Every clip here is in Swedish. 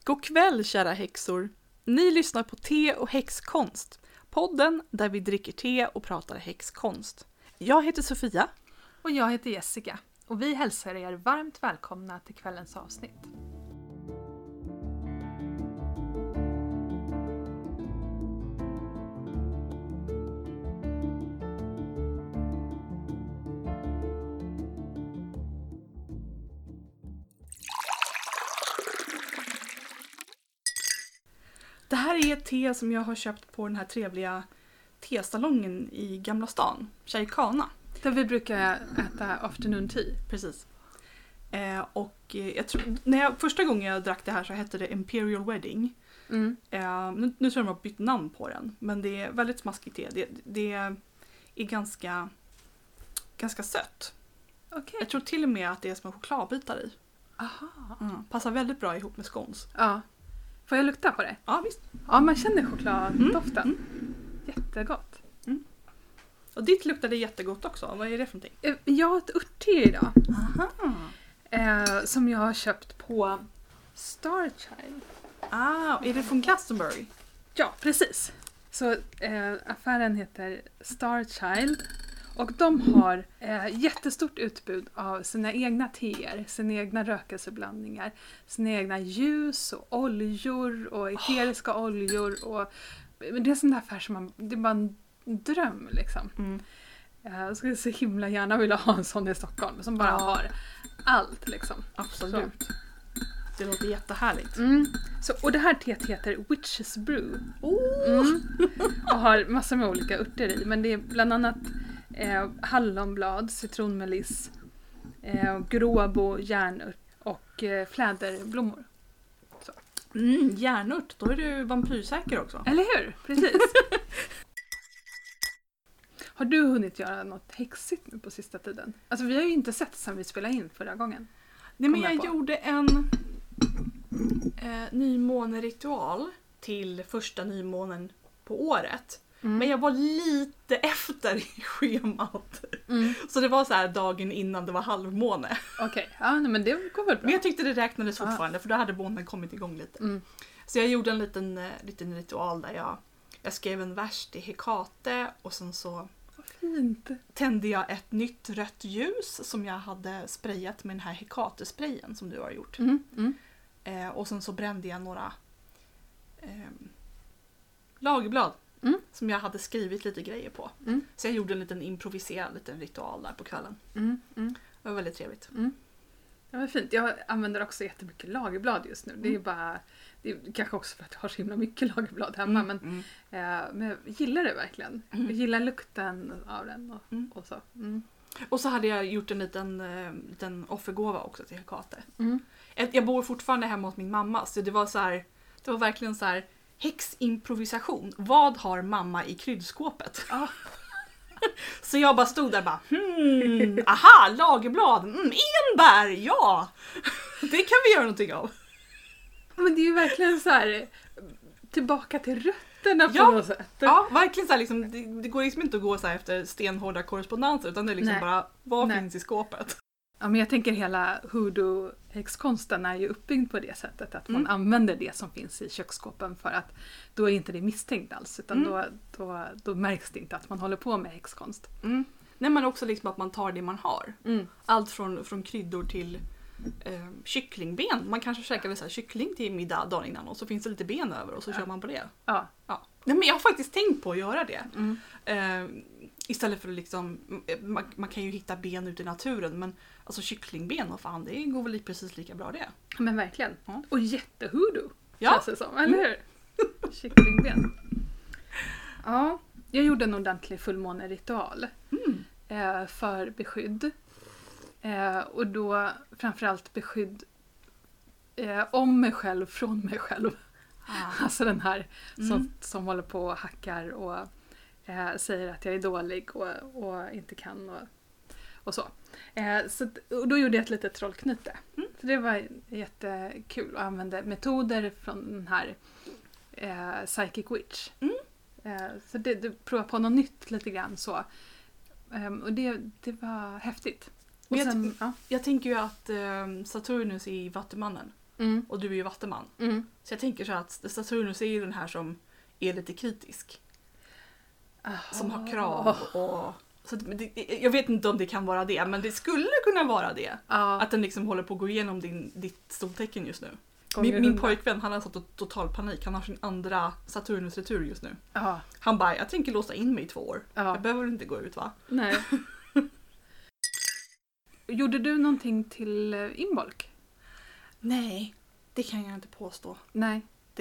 God kväll kära häxor! Ni lyssnar på Te och häxkonst. Podden där vi dricker te och pratar häxkonst. Jag heter Sofia. Och jag heter Jessica. Och vi hälsar er varmt välkomna till kvällens avsnitt. Det här är ett te som jag har köpt på den här trevliga tesalongen i Gamla stan, Chai Kana. Där vi brukar äta afternoon tea. Precis. Jag tror, första gången jag drack det här så hette det Imperial Wedding. Mm. Nu tror jag de har bytt namn på den. Men det är väldigt smaskigt te. Det är ganska sött. Okej. Jag tror till och med att det är små chokladbitar i. Aha. Passar väldigt bra ihop med scones. Ja. Får jag lukta på det? Ja, visst. Ja, man känner chokladdoften. Jättegott. Och ditt luktade jättegott också. Vad är det för någonting? Jag har ett örtte idag. Aha. Som jag har köpt på Starchild. Är det från Glastonbury? Ja, precis. Så affären heter Starchild. Och de har jättestort utbud av sina egna teer, sina egna rökelseblandningar, sina egna ljus och oljor och eteriska oljor. Men det är en sån där affär som det är bara en dröm liksom. Jag skulle så himla gärna vilja ha en sån i Stockholm som bara har allt liksom. Absolut. Så. Det låter jättehärligt. Och det här teet heter Witch's Brew. Och har massor med olika örter i. Men det är bland annat hallonblad, citronmeliss, gråbo, järnört och fläderblommor. Så. Järnört, då är du vampyrsäker också. Eller hur? Precis. Har du hunnit göra något häxigt nu på sista tiden? Alltså vi har ju inte sett sedan vi spelade in förra gången. Nej, men jag gjorde en nymåneritual till första nymånen på året. Men jag var lite efter i schemat. Så det var så här dagen innan det var halvmåne. Okej, ja, men det går väl bra. Men jag tyckte det räknades fortfarande för då hade månen kommit igång lite. Så jag gjorde en liten ritual där jag skrev en vers till Hekate och sen så fint. Tände jag ett nytt rött ljus som jag hade sprayat med den här Hekate-sprayen som du har gjort. Och sen så brände jag några lagerblad som jag hade skrivit lite grejer på. Så jag gjorde en liten improviserad liten ritual där på kvällen. Det var väldigt trevligt. Det var fint. Jag använder också jättemycket lagerblad just nu. Det är kanske också för att jag har så himla mycket lagerblad hemma. Men jag gillar det verkligen. Jag gillar lukten av den och så. Och så hade jag gjort en liten offergåva också till Hekate. Jag bor fortfarande hemma hos min mamma. Så det var verkligen så här häximprovisation. Vad har mamma i kryddskåpet? Så jag bara stod där och bara, aha, lagerblad, enbär, ja! Det kan vi göra någonting av. Men det är ju verkligen så här tillbaka till rötterna på något sätt. Ja, verkligen så här, liksom, det går liksom inte att gå så här efter stenhårda korrespondenser utan det är liksom bara, vad finns i skåpet? Ja, men jag tänker hela hoodoo-häxkonsten är ju uppbyggd på det sättet att man använder det som finns i köksskåpen för att då är inte det misstänkt alls utan då märks det inte att man håller på med häxkonst. Nej, men också liksom att man tar det man har. Allt från kryddor till kycklingben. Man kanske käkar så här kyckling till middag dagen innan och så finns det lite ben över och så kör man på det. Ja. Nej, men jag har faktiskt tänkt på att göra det. Istället för att liksom, man kan ju hitta ben ute i naturen men alltså kycklingben och fan, det går väl precis lika bra det. Men verkligen. Och jättehoodoo känns det som, eller hur? Kycklingben. Ja, jag gjorde en ordentlig fullmåneritual för beskydd. Och då framförallt beskydd om mig själv från mig själv. Alltså den här som håller på och hackar och säger att jag är dålig och inte kan och så. Och då gjorde jag ett litet trollknyte. Så det var jättekul att använda metoder från den här Psychic Witch. Så det provar på något nytt lite grann så. Och det var häftigt. Och jag tänker ju att Saturnus är i Vattumannen. och du är ju vattenman. Så jag tänker så att Saturnus är ju den här som är lite kritisk. Som har krav och... Så jag vet inte om det kan vara det, men det skulle kunna vara det. Att den liksom håller på att gå igenom ditt soltecken just nu. Min pojkvän, han har satt total panik. Han har sin andra Saturnus-retur just nu. Han bara, jag tänker låsa in mig i 2 år. Jag behöver inte gå ut, va? Nej. Gjorde du någonting till Imbolc? Nej, det kan jag inte påstå. Nej.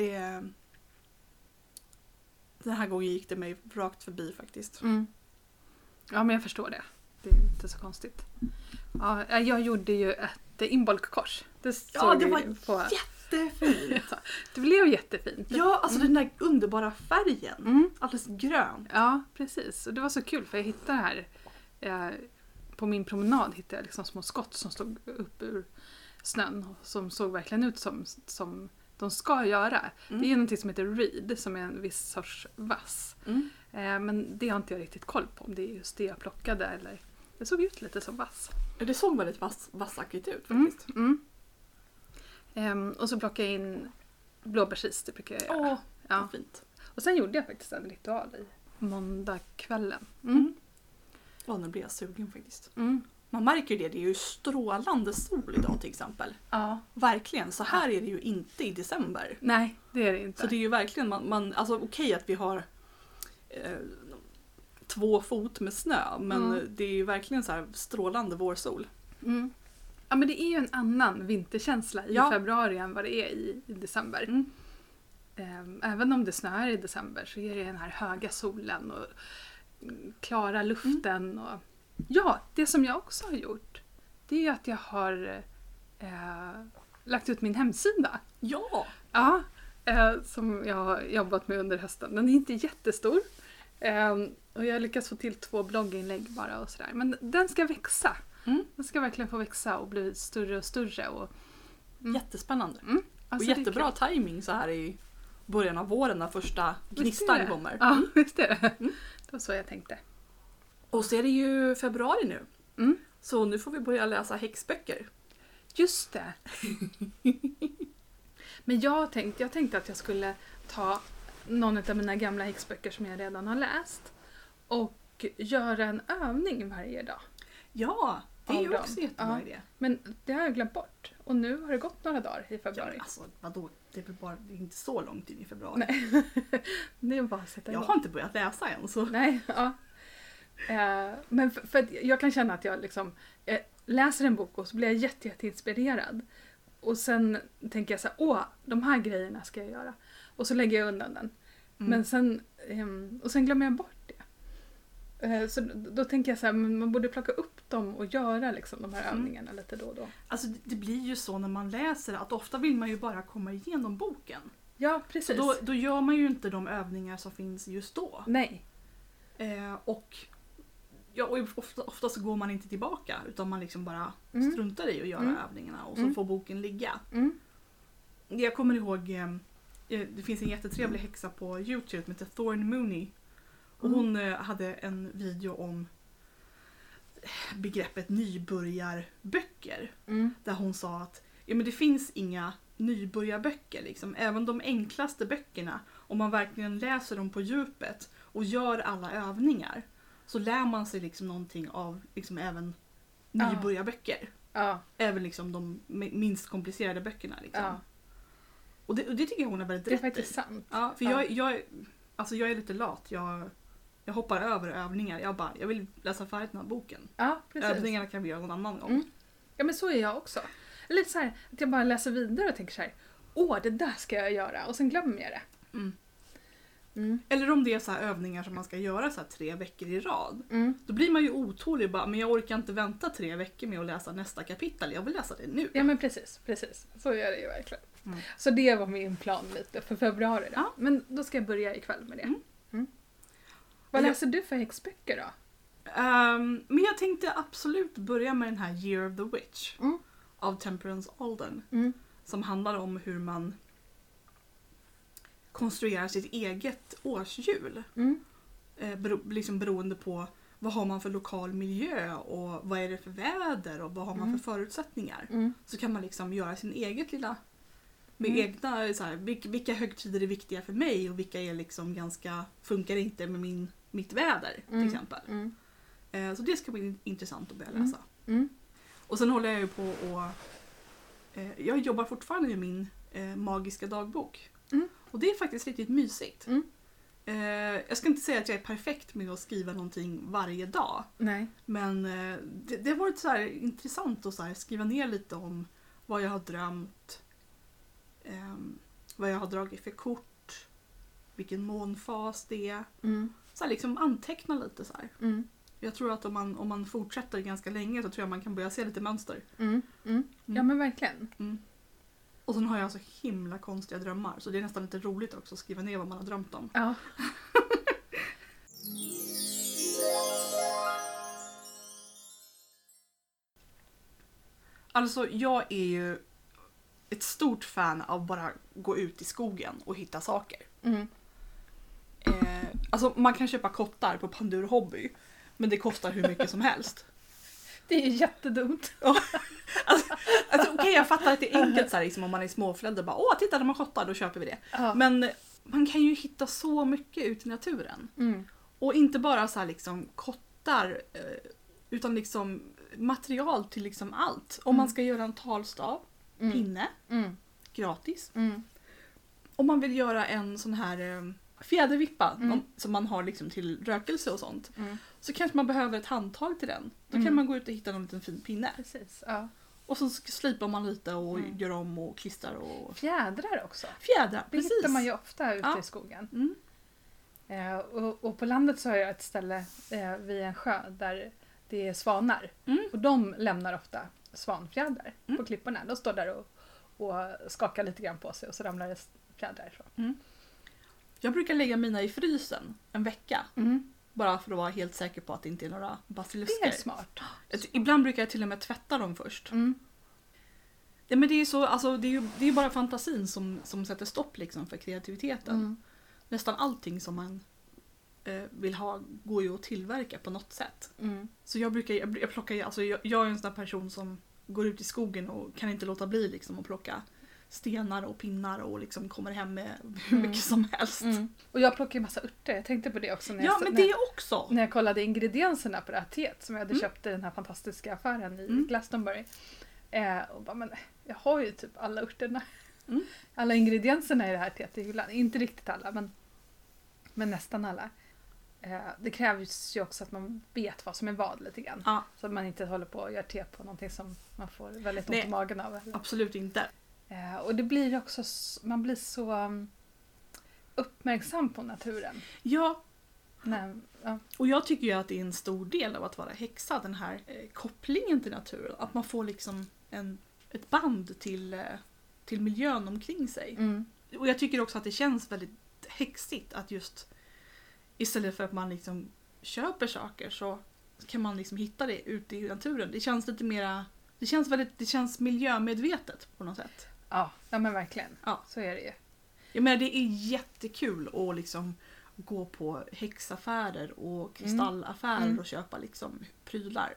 Den här gången gick det mig rakt förbi faktiskt. Ja, men jag förstår det. Det är inte så konstigt. Ja, jag gjorde ju ett Imbolc-kors. Det var jättefint. Ja, det blev jättefint. Ja, alltså den där underbara färgen. Alldeles grönt. Ja, precis. Och det var så kul för jag hittade här på min promenad hittade jag liksom små skott som stod upp ur snön och som såg verkligen ut som de ska göra. Det är något som heter reed som är en viss sorts vass. Men det har inte jag riktigt koll på om det är just det jag plockade eller det såg ut lite som vass. Det såg väldigt vassaktigt ut faktiskt. Och så plockade jag in blåbärsris, det brukar jag göra. Ja, fint. Och sen gjorde jag faktiskt en ritual i måndagskvällen. Nu blir jag sugen faktiskt. Man märker det är ju strålande sol idag till exempel. Ja. Verkligen, så här är det ju inte i december. Nej, det är det inte. Så det är ju verkligen, alltså okej att vi har 2 fot med snö, men det är ju verkligen så här strålande vårsol. Ja, men det är ju en annan vinterkänsla i februari än vad det är i december. Även om det snöar i december så är det den här höga solen och klara luften. Och... Ja, det som jag också har gjort det är ju att jag har lagt ut min hemsida. Ja! Ja, som jag har jobbat med under hösten. Den är inte jättestor. Och jag har lyckats få till 2 blogginlägg bara och sådär. Men den ska växa. Den ska verkligen få växa och bli större och större. Och, jättespännande. Alltså, och jättebra timing så här i början av våren när första gnistan kommer. Ja, visst är det. Det var så jag tänkte. Och så är det ju februari nu. Så nu får vi börja läsa häxböcker. Just det. Men jag tänkte att jag skulle ta någon av mina gamla häxböcker som jag redan har läst och göra en övning varje dag. Ja, det är ju också jättebra idé. Men det har jag glömt bort. Och nu har det gått några dagar i februari. Ja, alltså, vadå? Det är inte så långt in i februari. Nej. Det är bara att sätta igång. Jag har inte börjat läsa än. Så. Nej, ja. Men för att jag kan känna att jag liksom läser en bok och så blir jag jätteinspirerad. Och sen tänker jag så här, de här grejerna ska jag göra. Och så lägger jag undan den. Men sen, och sen glömmer jag bort det. Så då tänker jag så här, man borde plocka upp dem och göra liksom de här övningarna lite då och då. Alltså det blir ju så när man läser att ofta vill man ju bara komma igenom boken. Ja, precis. Så då gör man ju inte de övningar som finns just då. Nej. Och ofta så går man inte tillbaka utan man liksom bara struntar i att göra övningarna och så får boken ligga. Jag kommer ihåg, det finns en jättetrevlig häxa på YouTube som heter Thorn Mooney. Och hon hade en video om begreppet nybörjarböcker. Där hon sa att men det finns inga nybörjarböcker. Liksom. Även de enklaste böckerna, om man verkligen läser dem på djupet och gör alla övningar, så lär man sig liksom någonting av liksom även nybörjarböcker. Även liksom de minst komplicerade böckerna. Liksom. Och det tycker jag hon är väldigt rätt i. Det är faktiskt sant. Ja, för jag är lite lat. Jag hoppar över övningar. Jag vill läsa färdigt den här boken. Ja, precis. Övningarna kan vi göra någon annan gång. Ja, men så är jag också. Lite så här att jag bara läser vidare och tänker så här, det där ska jag göra. Och sen glömmer jag det. Eller om det är så här övningar som man ska göra så här 3 veckor i rad. Då blir man ju otålig bara, men jag orkar inte vänta 3 veckor med att läsa nästa kapitel. Jag vill läsa det nu. Ja, men precis. Så gör det ju verkligen. Så det var min plan lite för februari då. Ja. Men då ska jag börja ikväll med det. Vad läser du för häxböcker då? Men jag tänkte absolut börja med den här Year of the Witch av Temperance Alden. Som handlar om hur man konstruerar sitt eget årshjul. Liksom beroende på vad har man för lokal miljö och vad är det för väder och vad har man för förutsättningar. Så kan man liksom göra sin eget lilla Med egna, så här, vilka högtider är viktiga för mig och vilka är liksom funkar inte med mitt väder till exempel. Så det ska bli intressant att börja läsa. Och sen håller jag ju på jag jobbar fortfarande med min magiska dagbok. Och det är faktiskt riktigt mysigt. Jag ska inte säga att jag är perfekt med att skriva någonting varje dag. Nej. Men det har varit så här intressant att så här skriva ner lite om vad jag har drömt. Vad jag har dragit för kort. Vilken månfas det är. Så här liksom anteckna lite så här. Jag tror att om man fortsätter ganska länge så tror jag man kan börja se lite mönster. Ja men verkligen. Och sen har jag så himla konstiga drömmar så det är nästan lite roligt också att skriva ner vad man har drömt om. Ja. Alltså jag är ju ett stort fan av bara gå ut i skogen och hitta saker. Alltså man kan köpa kottar på Pandur Hobby men det kostar hur mycket som helst. Det är ju jättedumt. Alltså okej, jag fattar att det är enkelt så här, liksom, om man är småförälder bara titta de har kottar, då köper vi det. Men man kan ju hitta så mycket ut i naturen. Och inte bara så här liksom kottar utan liksom material till liksom allt. Om man ska göra en talstav, pinne, gratis. Om man vill göra en sån här fjädervippa som man har liksom till rökelse och sånt. Så kanske man behöver ett handtag till den. Då kan man gå ut och hitta någon liten fin pinne. Precis, ja. Och så slipar man lite och gör om och klistrar. Och... Fjädrar också. Fjädrar, det precis. Det hittar man ju ofta ute i skogen. Och på landet så har jag ett ställe vid en sjö där det är svanar. Och de lämnar ofta svanfjädrar på klipporna. De står där och skakar lite grann på sig och så ramlar det fjädrar. Så. Jag brukar lägga mina i frysen en vecka. Bara för att vara helt säker på att det inte är några basilusker. Det är smart. Ibland brukar jag till och med tvätta dem först. Ja, men det är så, alltså, det är bara fantasin som sätter stopp liksom, för kreativiteten. Nästan allting som man vill ha går ju att tillverka på något sätt. Så jag plockar, alltså jag är en sån där person som går ut i skogen och kan inte låta bli liksom, att plocka stenar och pinnar och liksom kommer hem med hur mycket som helst. Och jag plockar ju massa örter. Jag tänkte på det också när jag kollade ingredienserna på det här teet som jag hade köpt i den här fantastiska affären i Glastonbury. Och bara, men jag har ju typ alla örterna. Alla ingredienserna i det här teet i hyllan. Inte riktigt alla, men nästan alla. Det krävs ju också att man vet vad som är vad lite grann. Ja. Så att man inte håller på och gör te på någonting som man får väldigt ont i magen av. Eller? Absolut inte. Och det blir också, man blir så uppmärksam på naturen. Ja. Nej, ja. Och jag tycker ju att det är en stor del av att vara häxa, den här kopplingen till naturen. Att man får liksom ett band till miljön omkring sig. Och jag tycker också att det känns väldigt häxigt att just istället för att man liksom köper saker så kan man liksom hitta det ute i naturen. Det känns lite mera, det känns miljömedvetet på något sätt. Ja men verkligen. Ja. Så är det ju. Jag menar det är jättekul att liksom gå på häxaffärer och kristallaffärer och köpa liksom prylar.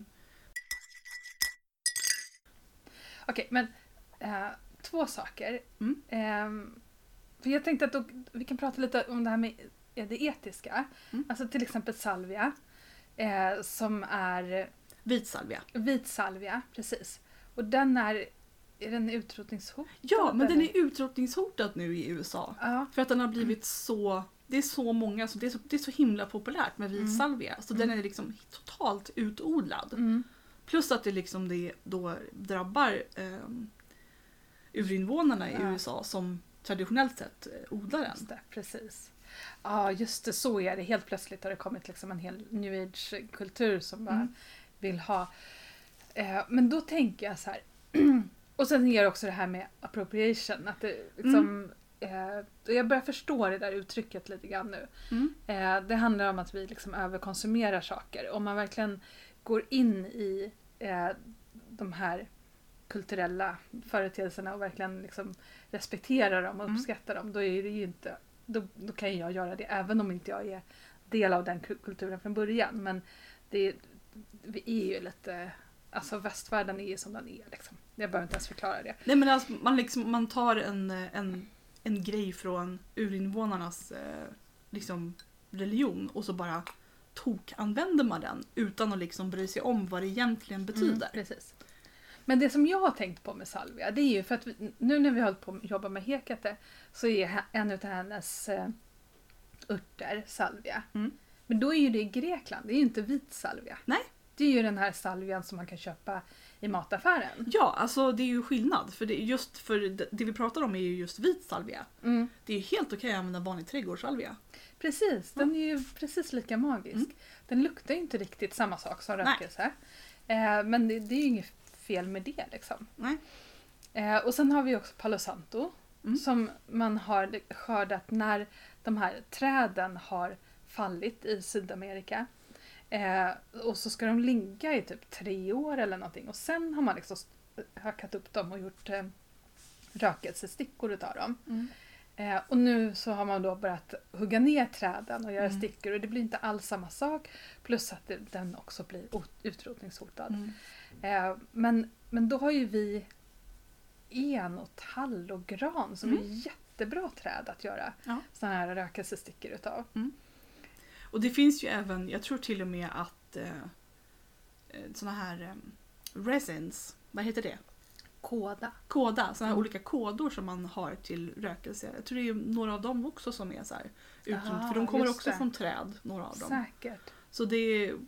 Okej, men 2 saker. För jag tänkte att vi kan prata lite om det här med det etiska. Alltså till exempel salvia. Som är... Vitsalvia, precis. Och den är den utrotningshotad? Ja, men den är utrotningshotad nu i USA. För att den har blivit så... Det är så många, så det är så himla populärt med vitsalvia. Så den är liksom totalt utodlad. Plus att det liksom det då drabbar urinvånarna i USA som traditionellt sett odlar den. Just det, precis. Ja, just det, så är det. Helt plötsligt har det kommit liksom en hel new age-kultur som bara vill ha. Men då tänker jag så här. Och sen är det också det här med appropriation. Att det liksom, jag börjar förstå det där uttrycket lite grann nu. Det handlar om att vi liksom överkonsumerar saker. Om man verkligen går in i de här kulturella företeelserna och verkligen liksom respekterar dem och uppskattar dem, då är det ju inte, då kan jag göra det även om inte jag är del av den kulturen från början. Men vi är ju lite alltså västvärlden är ju som den är liksom. Jag behöver inte ens förklara det. Nej men alltså, man tar en grej från urinvånarnas liksom religion och så bara använder man den utan att liksom bry sig om vad det egentligen betyder. Precis. Men det som jag har tänkt på med salvia, det är ju för att nu när vi håller på att jobba med Hekate så är en av hennes örter salvia. Men då är ju det i Grekland, det är ju inte vit salvia. Nej. Det är ju den här salvian som man kan köpa i mataffären. Ja, alltså det är ju skillnad. För det vi pratar om är ju just vit salvia. Det är ju helt okej att använda vanlig trädgårdssalvia. Precis, den är ju precis lika magisk. Den luktar ju inte riktigt samma sak som rökelse. Men det är ju inget fel med det liksom. Nej. Och sen har vi också Palo Santo. Som man har skördat när de här träden har fallit i Sydamerika. Och så ska de ligga i typ 3 år eller någonting. Och sen har man liksom hackat upp dem och gjort rökelsestickor utav dem. Och nu så har man då börjat hugga ner träden och göra stickor. Och det blir inte alls samma sak. Plus att den också blir utrotningshotad. Men då har ju vi en och tall och gran som är jättebra träd att göra såna här rökelsestickor utav. Och det finns ju även, jag tror till och med att såna här resins, vad heter det? Kåda, såna här olika kådor som man har till rökelse. Jag tror det är några av dem också som är så här för de kommer också från träd, några av dem. Säkert. Så det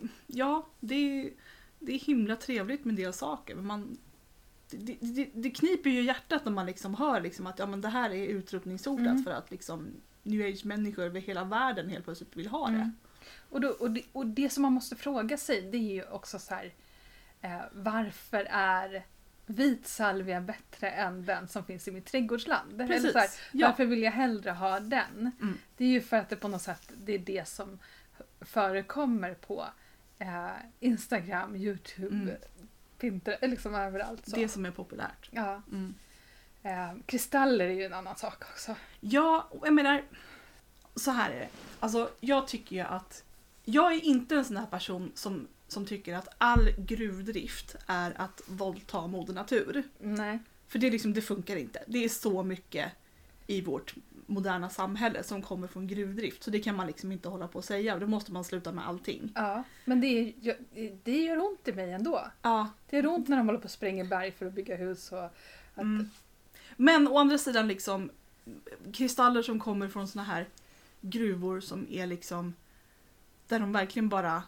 är himla trevligt med en del saker. Men det kniper ju hjärtat när man liksom hör liksom att men det här är utrotningshotat för att liksom New Age-människor över hela världen helt plötsligt vill ha det. Och det som man måste fråga sig, det är ju också så här, varför är vit salvia bättre än den som finns i mitt trädgårdsland? Eller så här, varför vill jag hellre ha den? Det är ju för att det på något sätt det är det som förekommer på Instagram, YouTube, Pinterest, liksom överallt. Så. Det som är populärt. Ja. Kristaller är ju en annan sak också. Ja, jag menar, så här är det. Alltså, jag tycker ju att jag är inte en sån här person som tycker att all gruvdrift är att våldta moder natur. Nej. För det funkar inte. Det är så mycket i vårt moderna samhälle som kommer från gruvdrift. Så det kan man liksom inte hålla på att säga. Då måste man sluta med allting. Ja, men det gör ont i mig ändå. Ja. Det gör ont när de håller på att spränga berg för att bygga hus. Och Men å andra sidan liksom kristaller som kommer från såna här gruvor som är liksom där de verkligen bara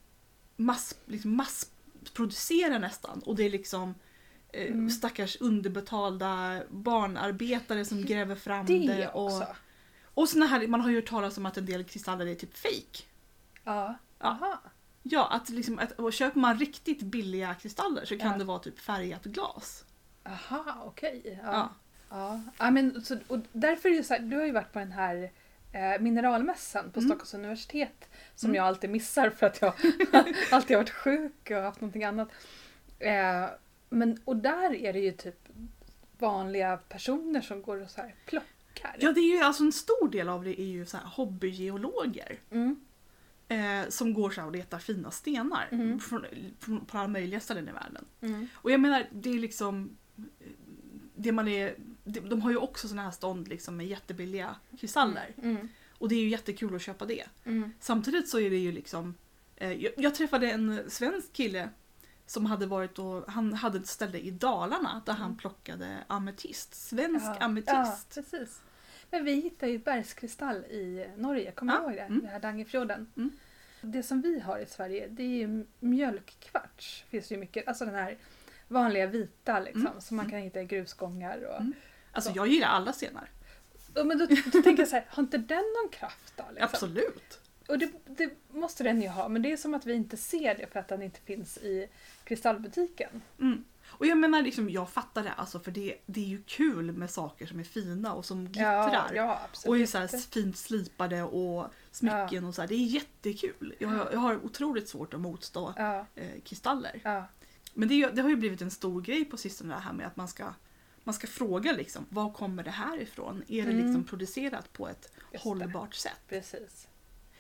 massproducerar nästan. Och det är liksom stackars underbetalda barnarbetare som gräver fram det. Och såna här, man har ju hört talas om att en del kristaller är typ fake. Ja. Aha. Ja, och köper man riktigt billiga kristaller så kan det vara typ färgat glas. Aha, okej. Ja, men och därför är det så här, du har ju varit på den här mineralmässan på Stockholms universitet som jag alltid missar för att jag alltid har varit sjuk och haft någonting annat. Och där är det ju typ vanliga personer som går och så här plockar. Ja, det är ju alltså en stor del av det är ju så här hobbygeologer. Som går så här och letar fina stenar på alla möjliga ställen i världen. Och jag menar, det är liksom de har ju också såna här stånd liksom med jättebilliga kristaller. Och det är ju jättekul att köpa det. Samtidigt så är det ju liksom jag träffade en svensk kille som hade varit han hade ett ställe i Dalarna där han plockade ametist. Svensk ametist. Ja, precis. Men vi hittade ju bergskristall i Norge, kommer du ihåg det? I Hardangerfjorden. Det som vi har i Sverige, det är ju mjölkkvarts. Finns ju mycket, alltså den här vanliga vita liksom, som man kan hitta i grusgångar. Och, alltså jag gillar alla stenar. Men då tänker jag så här, har inte den någon kraft då? Liksom? Absolut. Och det måste den ju ha, men det är som att vi inte ser det för att den inte finns i kristallbutiken. Och jag menar liksom, jag fattar det, alltså, för det är ju kul med saker som är fina och som glittrar. Ja, absolut. Och är så här fint slipade och smycken och så här. Det är jättekul. Jag har otroligt svårt att motstå kristaller. Ja. Men det har ju blivit en stor grej på sistone det här med att man ska fråga liksom, var kommer det här ifrån? Är det liksom producerat på ett hållbart sätt? Precis.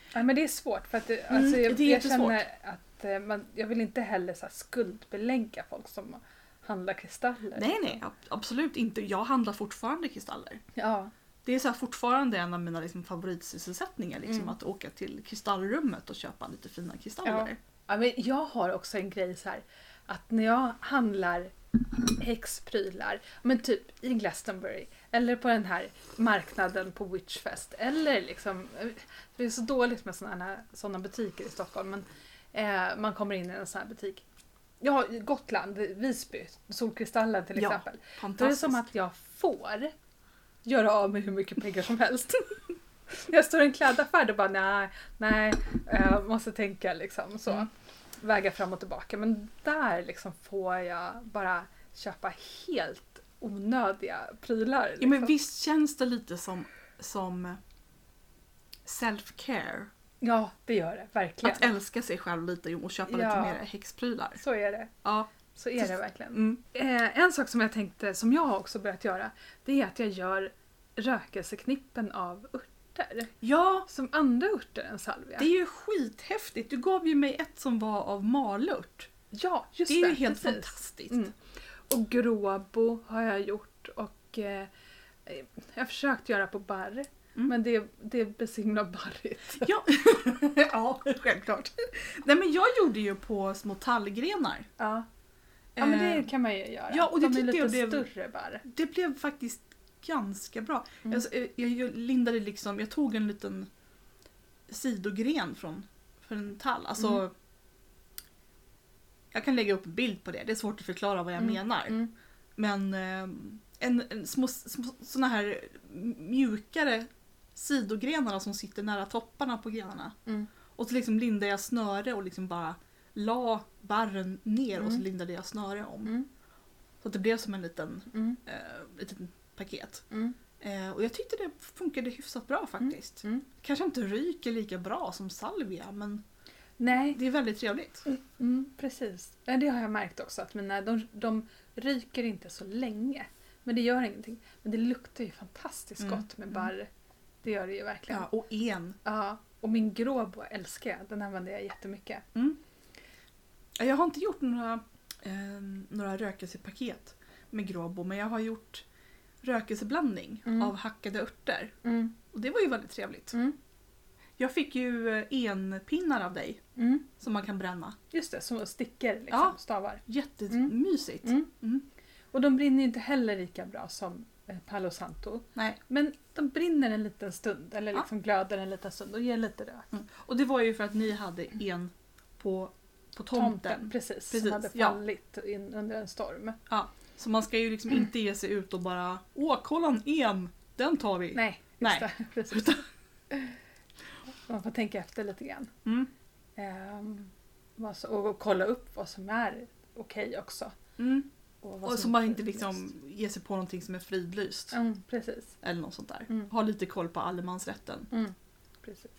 Ja, men det är svårt för att jag känner att jag vill inte heller så här skuldbelägga folk som handlar kristaller. Nej, absolut inte. Jag handlar fortfarande kristaller. Ja. Det är så här fortfarande en av mina liksom favoritsysselsättningar liksom, att åka till kristallrummet och köpa lite fina kristaller. Ja, men jag har också en grej så här att när jag handlar häxprylar, men typ i Glastonbury eller på den här marknaden på Witchfest eller liksom, det är så dåligt med såna butiker i Stockholm, men man kommer in i en sån här butik. Ja, Gotland, Visby, Solkristallen till exempel. Då är det som att jag får göra av med hur mycket pengar som helst. Jag står i en klädaffär och bara nej, måste tänka liksom så. Väga fram och tillbaka. Men där liksom får jag bara köpa helt onödiga prylar. Liksom. Ja, men visst känns det lite som self-care. Ja, det gör det. Verkligen. Att älska sig själv lite och köpa lite mer häxprylar. Så är det. Ja. Så är det verkligen. En sak som jag tänkte, som jag också börjat göra, det är att jag gör rökelseknippen av örter. Ja. Som andra örter än salvia. Det är ju skithäftigt. Du gav ju mig ett som var av malört. Ja, just det. Det är ju helt fantastiskt. Och gråbo har jag gjort och jag har försökt göra på barr. Men det blir så himla barrigt. Ja. Ja, självklart. Nej, men jag gjorde ju på små tallgrenar. Ja. Ja, men det kan man ju göra. Ja, och det tyckte lite jag större barr. Det blev faktiskt ganska bra. Jag lindade liksom, jag tog en liten sidogren för en tall. Alltså, jag kan lägga upp en bild på det. Det är svårt att förklara vad jag menar. Men en små såna här mjukare sidogrenarna som sitter nära topparna på grenarna. Och så liksom lindade jag snöre och liksom bara la barren ner och så lindade jag snöre om. Så att det blev som en liten paket. Och jag tyckte det funkade hyfsat bra faktiskt. Kanske inte ryker lika bra som salvia, men nej, det är väldigt trevligt. Precis. Det har jag märkt också, att de ryker inte så länge. Men det gör ingenting. Men det luktar ju fantastiskt gott med barr. Det gör det ju verkligen. Ja, och Ja, och min gråbo älskar jag. Den använder jag jättemycket. Jag har inte gjort några rökelsepaket med gråbo, men jag har gjort rökelseblandning av hackade örter. Och det var ju väldigt trevligt. Jag fick ju enpinnar av dig som man kan bränna. Just det, som sticker liksom, stavar. Jättemysigt. Och de brinner ju inte heller lika bra som Palo Santo. Nej. Men de brinner en liten stund, eller liksom glöder en liten stund och ger lite rök. Och det var ju för att ni hade en på tomten. Precis. Som hade fallit under en storm. Ja, så man ska ju liksom inte ge sig ut och bara kolla en, den tar vi. Nej, just det. Precis. Man får tänka efter lite grann. Och kolla upp vad som är okej också. Och så man inte liksom ger sig på någonting som är fridlyst. Precis. Eller något sånt där. Ha lite koll på allemansrätten. Precis.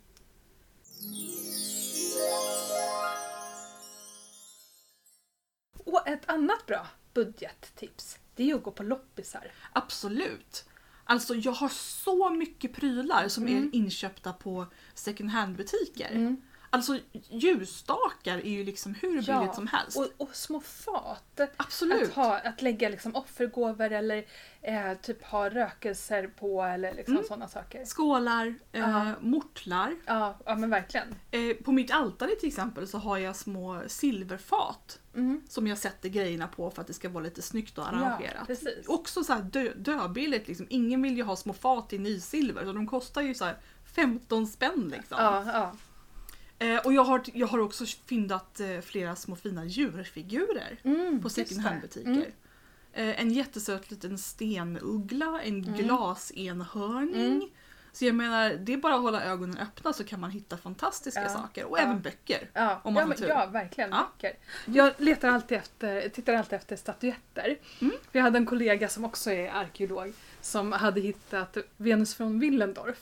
Och ett annat bra budgettips, det är att gå på loppisar. Absolut. Alltså jag har så mycket prylar som är inköpta på second hand-butiker. Alltså ljusstakar är ju liksom hur billigt som helst. Och små fat. Absolut. Att lägga liksom offergåvor eller typ ha rökelser på eller liksom sådana saker. Skålar, mortlar. Ja, men verkligen. På mitt altare till exempel så har jag små silverfat som jag sätter grejerna på för att det ska vara lite snyggt och arrangerat. Precis. Också så här döbilligt liksom. Ingen vill ju ha små fat i nysilver så de kostar ju så här 15 spänn liksom. Ja. Och jag har också fyndat flera små fina djurfigurer på second hand-butiker. En jättesöt liten stenuggla, en glasenhörning. Så jag menar, det är bara att hålla ögonen öppna så kan man hitta fantastiska saker. Och även böcker. Om man har tur. Ja, verkligen böcker. Jag tittar alltid efter statyetter. För jag hade en kollega som också är arkeolog som hade hittat Venus från Willendorf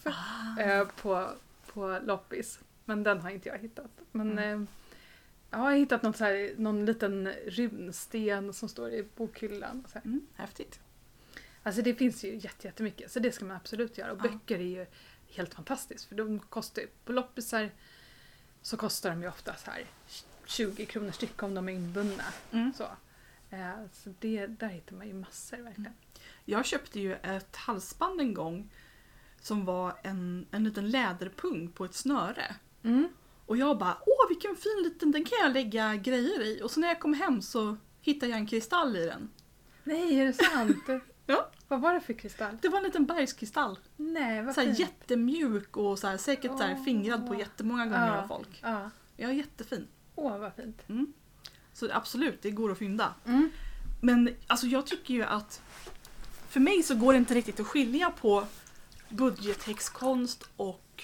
på loppis. Men den har inte jag hittat. Men jag har hittat någon liten runsten som står i bokhyllan. Och så häftigt. Alltså det finns ju jättemycket. Så det ska man absolut göra. Och böcker är ju helt fantastiskt. För de kostar ju, på loppisar så kostar de ju ofta så här 20 kronor styck om de är inbundna. Så där hittar man ju massor verkligen. Jag köpte ju ett halsband en gång som var en liten läderpung på ett snöre. Och jag bara, vilken fin liten, den kan jag lägga grejer i. Och så när jag kom hem så hittade jag en kristall i den. Nej, är det sant? Ja. Vad var det för kristall? Det var en liten bergskristall. Nej, vad fint. Jättemjuk och så här, säkert så här, fingrad på jättemånga gånger av folk. Ja, jättefin. Vad fint. Så absolut, det går att fynda. Men alltså jag tycker ju att för mig så går det inte riktigt att skilja på budgethäxkonst och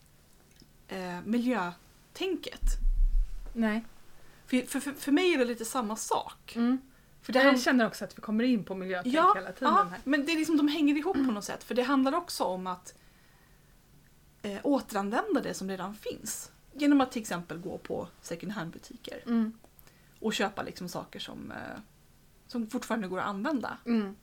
miljötänket. Nej. För mig är det lite samma sak. För jag känner också att vi kommer in på miljötänk hela tiden. Ja, men det är liksom, de hänger ihop på något sätt. För det handlar också om att återanvända det som redan finns. Genom att till exempel gå på second hand-butiker. Och köpa liksom saker som fortfarande går att använda.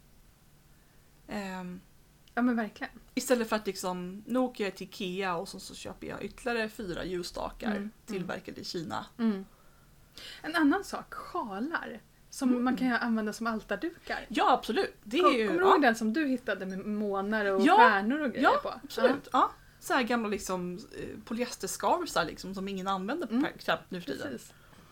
Ja men verkligen. Istället för att liksom, nu åker jag till Ikea och så köper jag ytterligare 4 ljusstakar tillverkade i Kina. En annan sak, sjalar. Som man kan använda som altardukar. Ja, absolut. Det är kommer du ihåg den som du hittade med månar och stjärnor och grejer på? Ja, absolut. Ja. Så här gamla liksom, polyesterscarvsar liksom, som ingen använder knappt nu för tiden. Precis.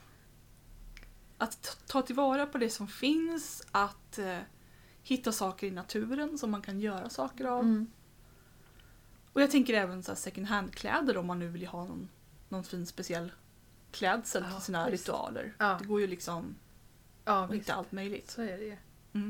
Att ta tillvara på det som finns, att hitta saker i naturen som man kan göra saker av. Och jag tänker även så här second hand-kläder om man nu vill ha någon fin speciell klädsel till sina ritualer. Ja. Det går ju liksom att hitta allt möjligt. Så är det ju.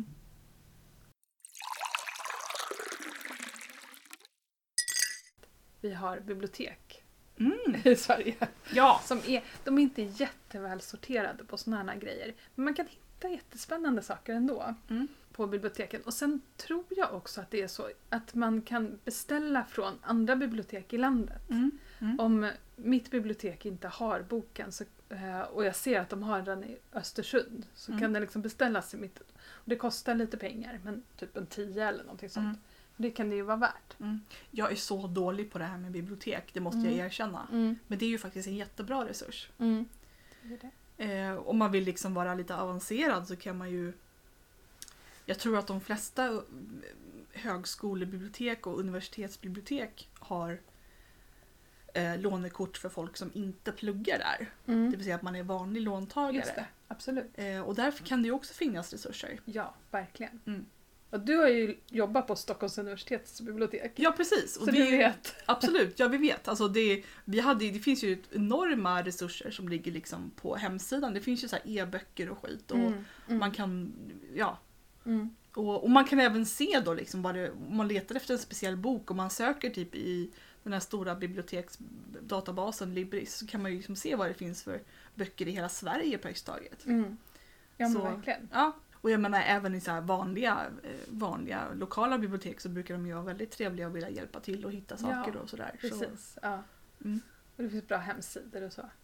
Vi har bibliotek i Sverige. Ja. De är inte jätteväl sorterade på såna här grejer. Men man kan hitta jättespännande saker ändå på biblioteken. Och sen tror jag också att det är så att man kan beställa från andra bibliotek i landet. Om mitt bibliotek inte har boken och jag ser att de har den i Östersund så kan den liksom beställas i mitt. Och det kostar lite pengar, men typ en 10 eller någonting sånt. Det kan det ju vara värt. Jag är så dålig på det här med bibliotek, det måste jag erkänna. Men det är ju faktiskt en jättebra resurs. Om man vill liksom vara lite avancerad så kan man ju... Jag tror att de flesta högskolebibliotek och universitetsbibliotek har lånekort för folk som inte pluggar där. Det vill säga att man är vanlig låntagare. Just det, absolut. Och därför kan det ju också finnas resurser. Ja, verkligen. Och du har ju jobbat på Stockholms universitets bibliotek. Ja, precis. Och så du vet. Absolut, ja vi vet. Alltså det finns ju enorma resurser som ligger liksom på hemsidan. Det finns ju så här e-böcker och skit. Och man kan, och man kan även se då liksom om man letar efter en speciell bok och man söker typ i den här stora biblioteksdatabasen Libris så kan man ju liksom se vad det finns för böcker i hela Sverige praktiskt taget. Ja, men verkligen. Ja. Och jag menar även i så här vanliga lokala bibliotek så brukar de ju vara väldigt trevliga och vilja hjälpa till och hitta saker och sådär. Precis, ja. Och det finns bra hemsidor och så.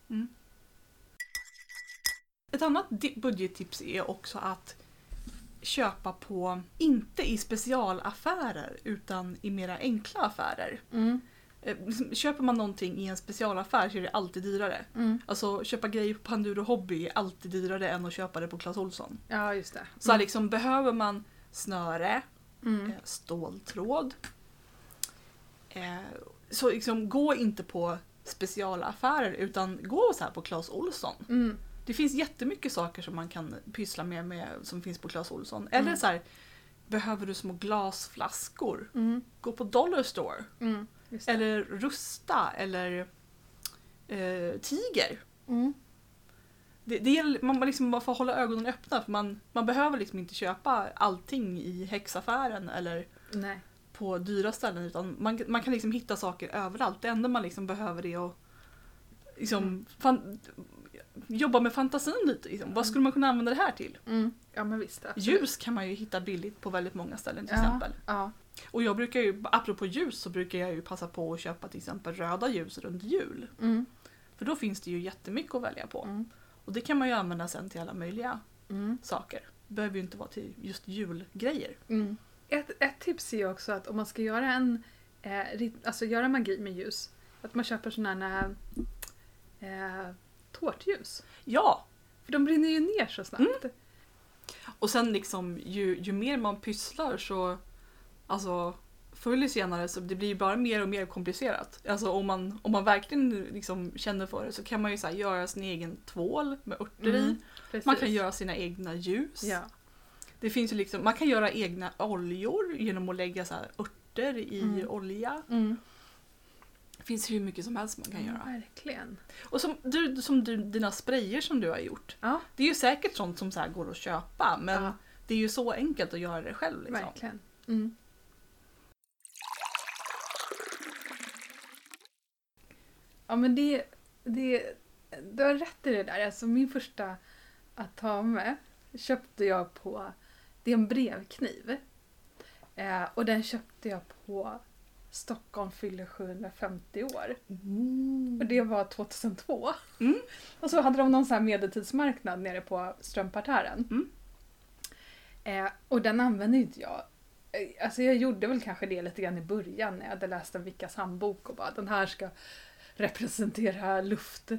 Ett annat budgettips är också att köpa på, inte i specialaffärer utan i mera enkla affärer. Köper man någonting i en specialaffär så är det alltid dyrare. Alltså köpa grejer på Panduro Hobby är alltid dyrare än att köpa det på Clas Ohlson. Ja, just det. Så liksom behöver man snöre, ståltråd. Så liksom gå inte på specialaffärer utan gå så här på Clas Ohlson. Det finns jättemycket saker som man kan pyssla med som finns på Clas Ohlson. Eller så här, behöver du små glasflaskor? Gå på Dollar Store. Eller Rusta eller Tiger. Det gäller, man liksom bara får hålla ögonen öppna för man behöver liksom inte köpa allting i häxaffären eller på dyra ställen utan man kan liksom hitta saker överallt. Det enda man liksom behöver är att liksom, jobba med fantasin lite. Liksom. Vad skulle man kunna använda det här till? Ja, men visst. Absolut. Ljus kan man ju hitta billigt på väldigt många ställen till exempel. Ja. Och jag brukar ju, apropå ljus, så brukar jag ju passa på att köpa till exempel röda ljus runt jul. För då finns det ju jättemycket att välja på. Och det kan man ju använda sen till alla möjliga saker. Det behöver ju inte vara till just julgrejer. Ett tips är ju också att om man ska göra alltså göra magi med ljus. Att man köper sådana tårtljus. Ja! För de brinner ju ner så snabbt. Och sen liksom ju mer man pysslar så alltså förr eller senare så det blir bara mer och mer komplicerat. Alltså om man verkligen liksom känner för det så kan man ju så här göra sin egen tvål med örter i. Precis. Man kan göra sina egna ljus. Ja. Det finns ju liksom, man kan göra egna oljor genom att lägga så här örter i olja. Det finns hur mycket som helst man kan göra. Verkligen. Och dina sprayer som du har gjort. Ja. Det är ju säkert sånt som så här går att köpa men det är ju så enkelt att göra det själv. Liksom. Verkligen. Ja men du har rätt i det där. Alltså min första atame köpte jag på, det är en brevkniv. Och den köpte jag på Stockholm fyller 750 år. Och det var 2002. Och så hade de någon sån här medeltidsmarknad nere på Strömparterren. Och den använde inte jag. Alltså jag gjorde väl kanske det lite grann i början när jag hade läst en Vickas handbok och bara den här ska representera luft.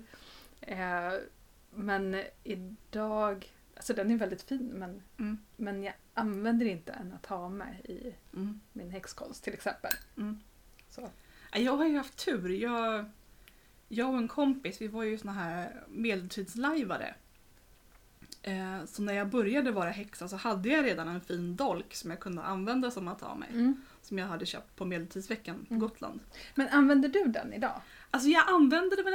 Men idag, alltså den är väldigt fin men jag använder inte en atame i min häxkonst till exempel. Så. Jag har ju haft tur. Jag och en kompis, vi var ju såna här medeltidslajvare. Så när jag började vara häxa så hade jag redan en fin dolk som jag kunde använda som atame. Som jag hade köpt på medeltidsveckan på Gotland. Men använder du den idag? Alltså jag använder det väl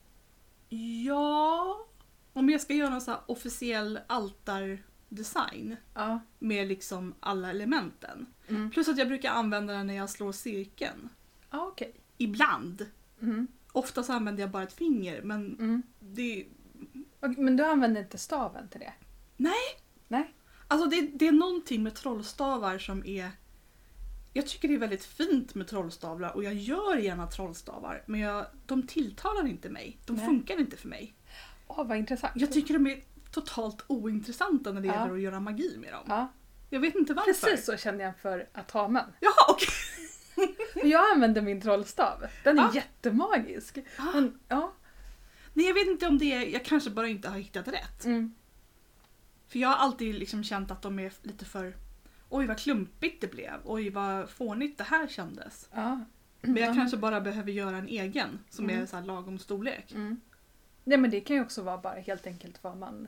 ja, om jag ska göra någon så här officiell altardesign med liksom alla elementen. Plus att jag brukar använda den när jag slår cirkeln. Okay. Ibland. Ofta så använder jag bara ett finger men Men du använder inte staven till det? Nej. Alltså det är någonting med trollstavar som är... Jag tycker det är väldigt fint med trollstavlar och jag gör gärna trollstavar men de tilltalar inte mig. De funkar inte för mig. Vad intressant. Jag tycker de är totalt ointressanta när det gäller att göra magi med dem. Ja. Jag vet inte varför. Precis så känner jag för atamen. Jaha, okej. Jag använder min trollstav. Den är jättemagisk. Men, Nej, jag vet inte om det är... Jag kanske bara inte har hittat rätt. För jag har alltid liksom känt att de är lite för... Oj, vad klumpigt det blev. Oj, vad fånigt det här kändes. Men jag kanske bara behöver göra en egen som är så här lagom storlek. Nej, men det kan ju också vara bara helt enkelt vad man...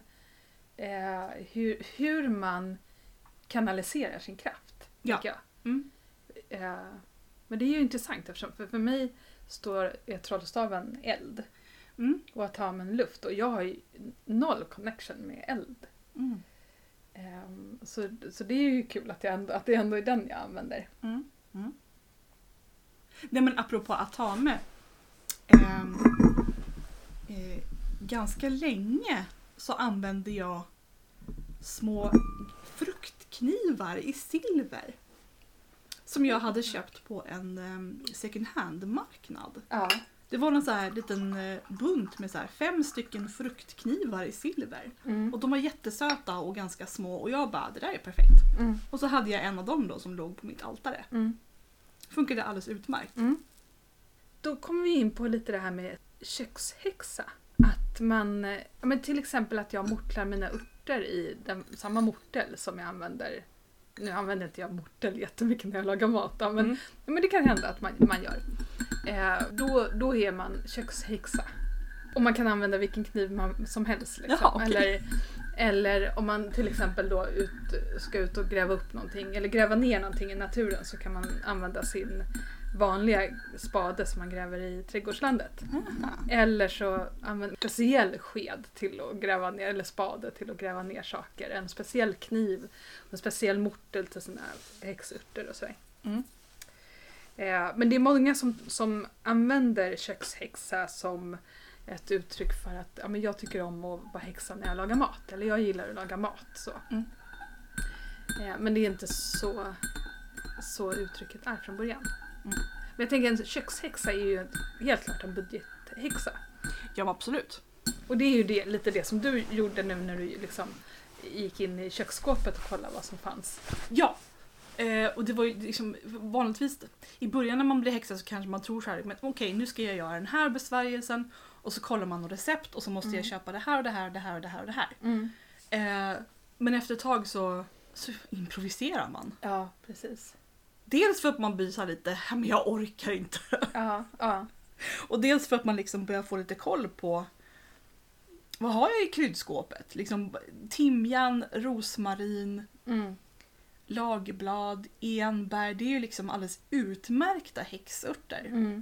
hur man kanaliserar sin kraft. Tycker jag. Men det är ju intressant eftersom för mig är trollstaven eld. Och atamen luft. Och jag har ju noll connection med eld. Så det är ju kul att det ändå är den jag använder. Nej men apropå atame. Ganska länge så använde jag små fruktknivar i silver. Som jag hade köpt på en second hand-marknad. Det var en så här liten bunt med så här 5 stycken fruktknivar i silver. Och de var jättesöta och ganska små. Och jag bara, det där är perfekt. Och så hade jag en av dem då som låg på mitt altare. Funkade alldeles utmärkt. Då kommer vi in på lite det här med kökshäxa. Att man, men till exempel att jag mortlar mina örter i samma mortel som jag använder. Nu använder inte jag mortel jättemycket när jag lagar mat. Men det kan hända att man gör. Då är man kökshäxa. Och man kan använda vilken kniv som helst. Liksom. Jaha, okay. Eller om man till exempel då ska ut och gräva upp någonting. Eller gräva ner någonting i naturen. Så kan man använda sin vanliga spade som man gräver i trädgårdslandet. Eller så använder man en speciell sked till att gräva ner. Eller spade till att gräva ner saker. En speciell kniv. En speciell mortel till sina häxurter och sådär. Men det är många som använder kökshäxa som ett uttryck för att jag tycker om att vara häxa när jag lagar mat. Eller jag gillar att laga mat. Så. Men det är inte så uttrycket är från början. Men jag tänker en kökshäxa är ju helt klart en budgethäxa. Ja, absolut. Och det är ju lite det som du gjorde nu när du liksom gick in i köksskåpet och kollade vad som fanns. Ja, Och det var ju liksom vanligtvis i början när man blir häxa så kanske man tror så här, men okej, nu ska jag göra den här besvärjelsen och så kollar man något recept och så måste jag köpa det här och det här och det här och det här och det här. Men efter ett tag så improviserar man. Ja, precis. Dels för att man blir så här lite, men jag orkar inte. Ja. Och dels för att man liksom börjar få lite koll på vad har jag i kryddskåpet? Liksom timjan, rosmarin, lagblad, enbär. Det är ju liksom alldeles utmärkta häxörter.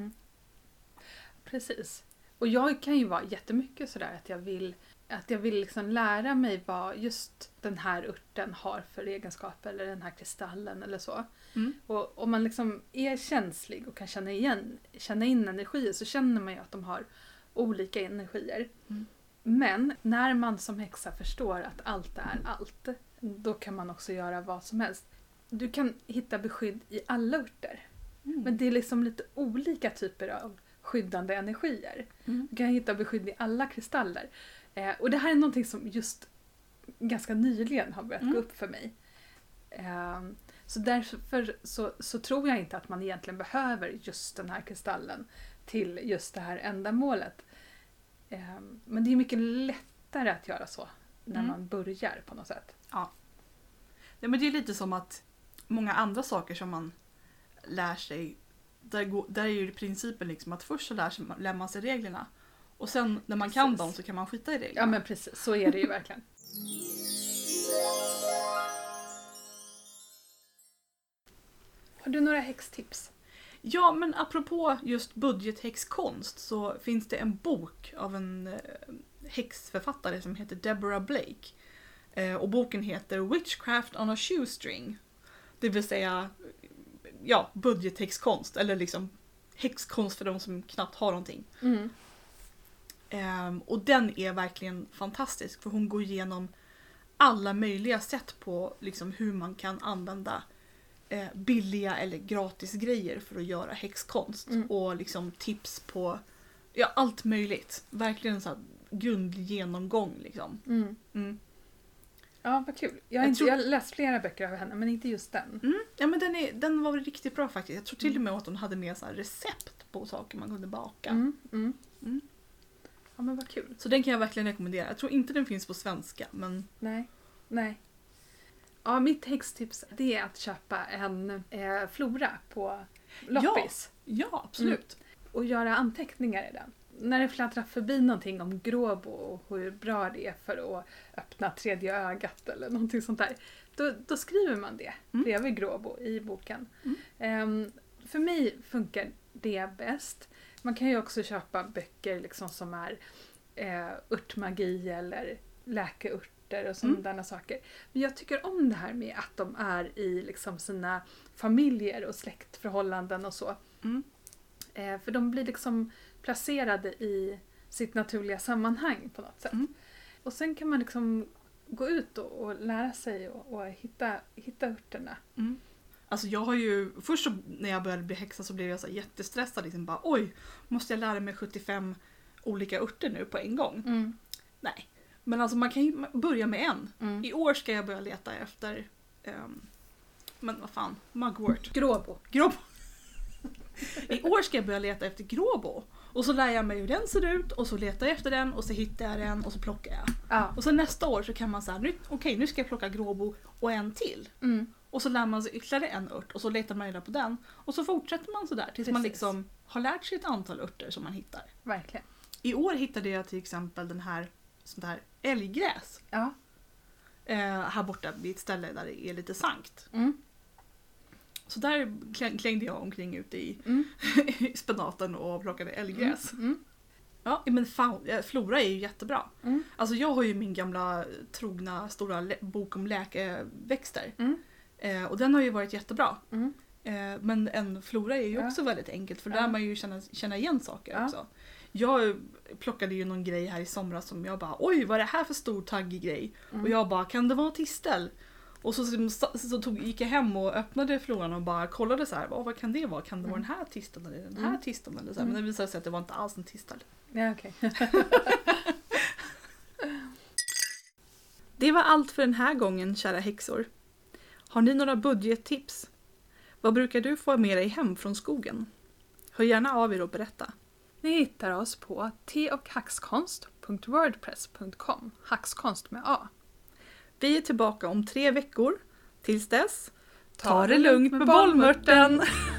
Precis. Och jag kan ju vara jättemycket sådär att jag vill liksom lära mig vad just den här örten har för egenskaper eller den här kristallen eller så. Och om man liksom är känslig och kan känna in energier så känner man ju att de har olika energier. Men när man som häxa förstår att allt är allt, då kan man också göra vad som helst. Du kan hitta beskydd i alla örter. Men det är liksom lite olika typer av skyddande energier. Du kan hitta beskydd i alla kristaller. Och det här är någonting som just ganska nyligen har börjat gå upp för mig. Så därför så tror jag inte att man egentligen behöver just den här kristallen till just det här ändamålet. Men det är mycket lättare att göra så när man börjar på något sätt. Ja, men det är lite som att många andra saker som man lär sig, där är ju principen liksom att först så lär man sig reglerna. Och sen när man kan dem så kan man skita i reglerna. Ja men precis, så är det ju verkligen. Har du några häxtips? Ja, men apropå just budgethäxkonst så finns det en bok av en häxförfattare som heter Deborah Blake. Och boken heter Witchcraft on a Shoestring. Det vill säga budgethäxkonst eller liksom häxkonst för de som knappt har någonting. Och den är verkligen fantastisk för hon går igenom alla möjliga sätt på liksom hur man kan använda billiga eller gratis grejer för att göra häxkonst och liksom tips på allt möjligt. Verkligen en så här grundlig genomgång liksom. Ja, vad kul. Jag har läst flera böcker av henne men inte just den. Ja, men den var riktigt bra faktiskt. Jag tror till och med att hon hade med så här recept på saker man kunde baka. Ja, men vad kul. Så den kan jag verkligen rekommendera. Jag tror inte den finns på svenska, men... Nej. Ja, mitt häxtips det är att köpa en flora på loppis. Ja, absolut. Och göra anteckningar i den. När det fladdrar förbi någonting om Gråbo och hur bra det är för att öppna tredje ögat eller någonting sånt där. Då skriver man det bredvid Gråbo i boken. För mig funkar det bäst. Man kan ju också köpa böcker liksom som är örtmagi eller läkeörter och sådana saker. Men jag tycker om det här med att de är i liksom sina familjer och släktförhållanden och så. För de blir liksom placerade i sitt naturliga sammanhang på något sätt. Och sen kan man liksom gå ut och lära sig och hitta örterna. Alltså jag har ju, först så, när jag började bli häxa så blev jag så jättestressad. Liksom bara, oj, måste jag lära mig 75 olika örter nu på en gång? Nej, men alltså man kan ju börja med en. I år ska jag börja leta efter, men vad fan, mugwort. Gråbo. I år ska jag börja leta efter Gråbo. Och så lär jag mig hur den ser ut och så letar jag efter den och så hittar jag den och så plockar jag. Ja. Och så nästa år så kan man säga, nu ska jag plocka Gråbo och en till. Och så lär man sig ytterligare en ört och så letar man reda på den. Och så fortsätter man sådär tills man liksom har lärt sig ett antal örter som man hittar. Verkligen. I år hittade jag till exempel sånt här älggräs. Ja. Här borta vid ett ställe där det är lite sankt. Så där klängde jag omkring ute i spenaten och plockade älggräs. Ja, men flora är ju jättebra. Alltså jag har ju min gamla trogna stora bok om läkeväxter. Och den har ju varit jättebra. Men en flora är ju också väldigt enkelt för där man ju känna igen saker också. Jag plockade ju någon grej här i somras som jag bara, oj vad är det här för stor taggig grej? Och jag bara, kan det vara tistel? Och så gick jag hem och öppnade floran och bara kollade så här, vad kan det vara? Kan det vara den här tisteln eller den här tisteln? Eller så här. Men det visade sig att det var inte alls en tistel. Ja, okej. Det var allt för den här gången, kära häxor. Har ni några budgettips? Vad brukar du få med dig hem från skogen? Hör gärna av er och berätta. Ni hittar oss på teochhackskonst.wordpress.com. Hackskonst med A. Vi är tillbaka om 3 veckor. Tills dess, ta det lugnt med bollmörten!